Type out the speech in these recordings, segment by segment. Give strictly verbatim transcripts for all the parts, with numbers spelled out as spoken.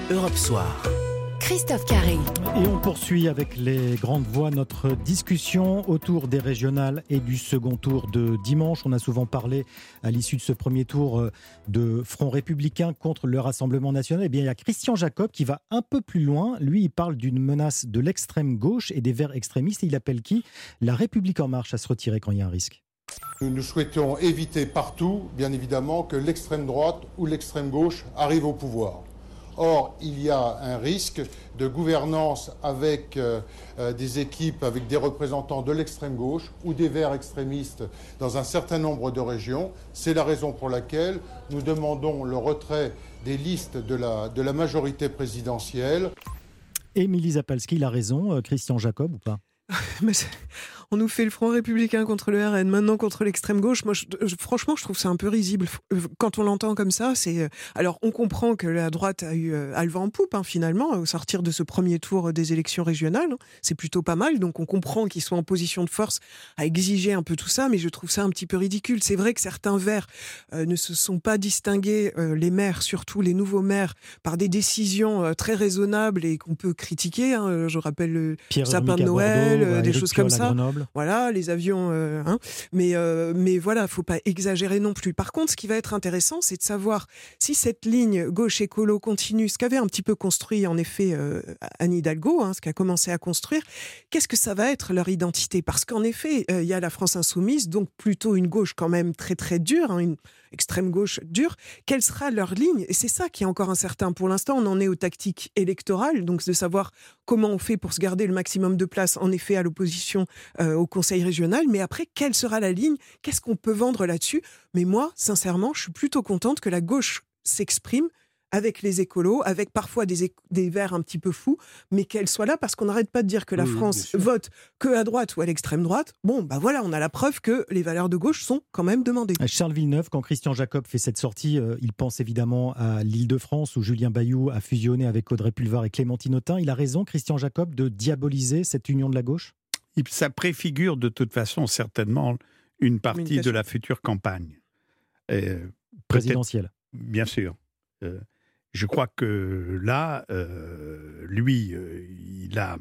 Europe Soir. Christophe Carré. Et on poursuit avec les grandes voix notre discussion autour des régionales et du second tour de dimanche. On a souvent parlé à l'issue de ce premier tour de Front républicain contre le Rassemblement national. Eh bien, il y a Christian Jacob qui va un peu plus loin. Lui, il parle d'une menace de l'extrême gauche et des Verts extrémistes. Et il appelle qui ? La République en marche à se retirer quand il y a un risque. Nous, nous souhaitons éviter partout, bien évidemment, que l'extrême droite ou l'extrême gauche arrive au pouvoir. Or, il y a un risque de gouvernance avec euh, euh, des équipes, avec des représentants de l'extrême gauche ou des Verts extrémistes dans un certain nombre de régions. C'est la raison pour laquelle nous demandons le retrait des listes de la, de la majorité présidentielle. Émilie Zapalski, il a raison, euh, Christian Jacob ou pas ? Mais on nous fait le Front républicain contre le R N, maintenant contre l'extrême gauche. Moi, je, je, franchement, je trouve ça un peu risible. Quand on l'entend comme ça, c'est... Alors, on comprend que la droite a eu a le vent en poupe, hein, finalement, au sortir de ce premier tour des élections régionales. C'est plutôt pas mal, donc on comprend qu'ils soient en position de force à exiger un peu tout ça, mais je trouve ça un petit peu ridicule. C'est vrai que certains Verts euh, ne se sont pas distingués, euh, les maires, surtout les nouveaux maires, par des décisions euh, très raisonnables et qu'on peut critiquer. Hein. Je rappelle le Pierre sapin de Noël, Bordeaux, des choses comme ça. Voilà, les avions. Euh, hein. Mais, euh, mais voilà, il ne faut pas exagérer non plus. Par contre, ce qui va être intéressant, c'est de savoir si cette ligne gauche écolo continue, ce qu'avait un petit peu construit, en effet, euh, Anne Hidalgo, hein, ce qu'a commencé à construire, qu'est-ce que ça va être leur identité ? Parce qu'en effet, il euh, y a la France insoumise, donc plutôt une gauche quand même très très dure, hein, une extrême gauche dure. Quelle sera leur ligne ? Et c'est ça qui est encore incertain. Pour l'instant, on en est aux tactiques électorales, donc de savoir comment on fait pour se garder le maximum de place, en effet, à l'opposition euh, au Conseil régional. Mais après, quelle sera la ligne ? Qu'est-ce qu'on peut vendre là-dessus ? Mais moi, sincèrement, je suis plutôt contente que la gauche s'exprime avec les écolos, avec parfois des, éc- des verts un petit peu fous, mais qu'elle soit là, parce qu'on n'arrête pas de dire que la oui, France vote que à droite ou à l'extrême droite. Bon, bah voilà, on a la preuve que les valeurs de gauche sont quand même demandées. Charles Villeneuve, quand Christian Jacob fait cette sortie, euh, il pense évidemment à l'Île-de-France, où Julien Bayou a fusionné avec Audrey Pulvar et Clémentine Autain. Il a raison, Christian Jacob, de diaboliser cette union de la gauche ? Ça préfigure de toute façon certainement une partie de la future campagne. Euh, Présidentielle. Bien sûr. Euh, Je crois que là, euh, lui, euh, il a,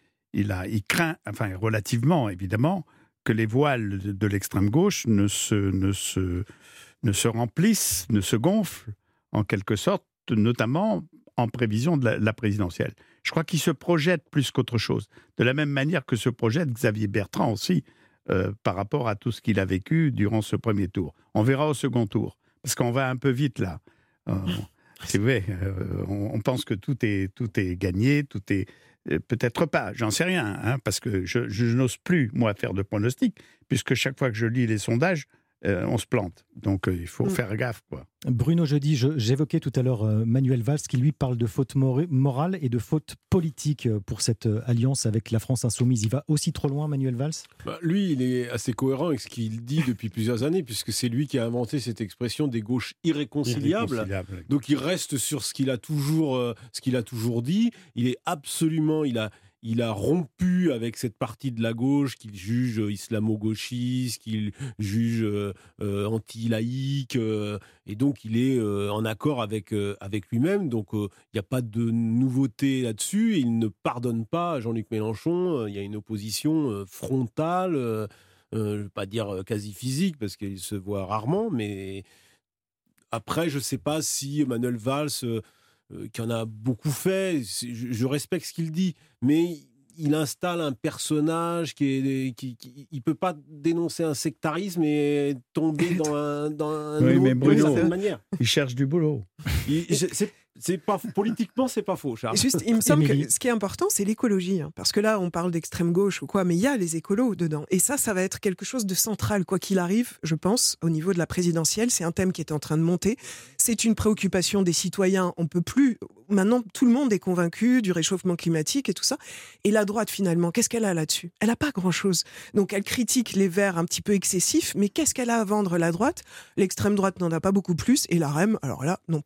il a, il craint, enfin relativement évidemment, que les voiles de, de l'extrême gauche ne se, ne se, ne se remplissent, ne se gonflent en quelque sorte, notamment en prévision de la, la présidentielle. Je crois qu'il se projette plus qu'autre chose, de la même manière que se projette Xavier Bertrand aussi, euh, par rapport à tout ce qu'il a vécu durant ce premier tour. On verra au second tour, parce qu'on va un peu vite là. Euh, C'est vrai, euh, on, on pense que tout est, tout est gagné, tout est... Euh, peut-être pas, j'en sais rien, hein, parce que je, je n'ose plus, moi, faire de pronostics, puisque chaque fois que je lis les sondages, euh, on se plante. Donc, euh, il faut mmh. faire gaffe, quoi. Bruno Jeudi, je, j'évoquais tout à l'heure euh, Manuel Valls, qui lui parle de faute mor- morale et de faute politique pour cette euh, alliance avec la France insoumise. Il va aussi trop loin, Manuel Valls ? Bah, lui, il est assez cohérent avec ce qu'il dit depuis plusieurs années, puisque c'est lui qui a inventé cette expression des gauches irréconciliables. irréconciliables. Donc, il reste sur ce qu'il a toujours, euh, ce qu'il a toujours dit. Il est absolument... Il a, Il a rompu avec cette partie de la gauche qu'il juge islamo-gauchiste, qu'il juge euh, euh, anti-laïque, euh, et donc il est euh, en accord avec, euh, avec lui-même. Donc il euh, n'y a pas de nouveauté là-dessus. Il ne pardonne pas à Jean-Luc Mélenchon. Il y a une opposition euh, frontale, euh, euh, je ne veux pas dire quasi physique, parce qu'il se voit rarement, mais après, je ne sais pas si Manuel Valls... Euh, Euh, qui en a beaucoup fait, je, je respecte ce qu'il dit, mais il installe un personnage qui est, qui, qui il peut pas dénoncer un sectarisme et tomber dans un, dans un oui, autre, mais Bruno, d'une certaine manière. Il cherche du boulot. Il, c'est, c'est pas politiquement, c'est pas faux, Charles. Juste, il me semble que ce qui est important, c'est l'écologie, hein, parce que là, on parle d'extrême gauche ou quoi, mais il y a les écolos dedans, et ça, ça va être quelque chose de central, quoi qu'il arrive, je pense, au niveau de la présidentielle. C'est un thème qui est en train de monter. C'est une préoccupation des citoyens. On peut plus. Maintenant, tout le monde est convaincu du réchauffement climatique et tout ça. Et la droite, finalement, qu'est-ce qu'elle a là-dessus ? Elle n'a pas grand-chose. Donc, elle critique les Verts un petit peu excessifs, mais qu'est-ce qu'elle a à vendre, la droite ? L'extrême droite n'en a pas beaucoup plus, et la R E M, alors là, non plus.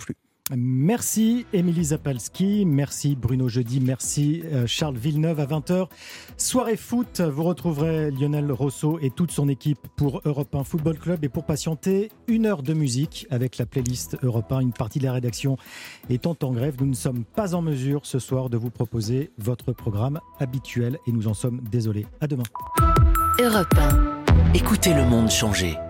Merci Émilie Zapalski, merci Bruno Jeudi, merci Charles Villeneuve. À vingt heures, soirée foot, vous retrouverez Lionel Rousseau et toute son équipe pour Europe un Football Club. Et pour patienter, une heure de musique avec la playlist Europe un. Une partie de la rédaction étant en grève, nous ne sommes pas en mesure ce soir de vous proposer votre programme habituel et nous en sommes désolés. À demain. Europe un. Écoutez le monde changer.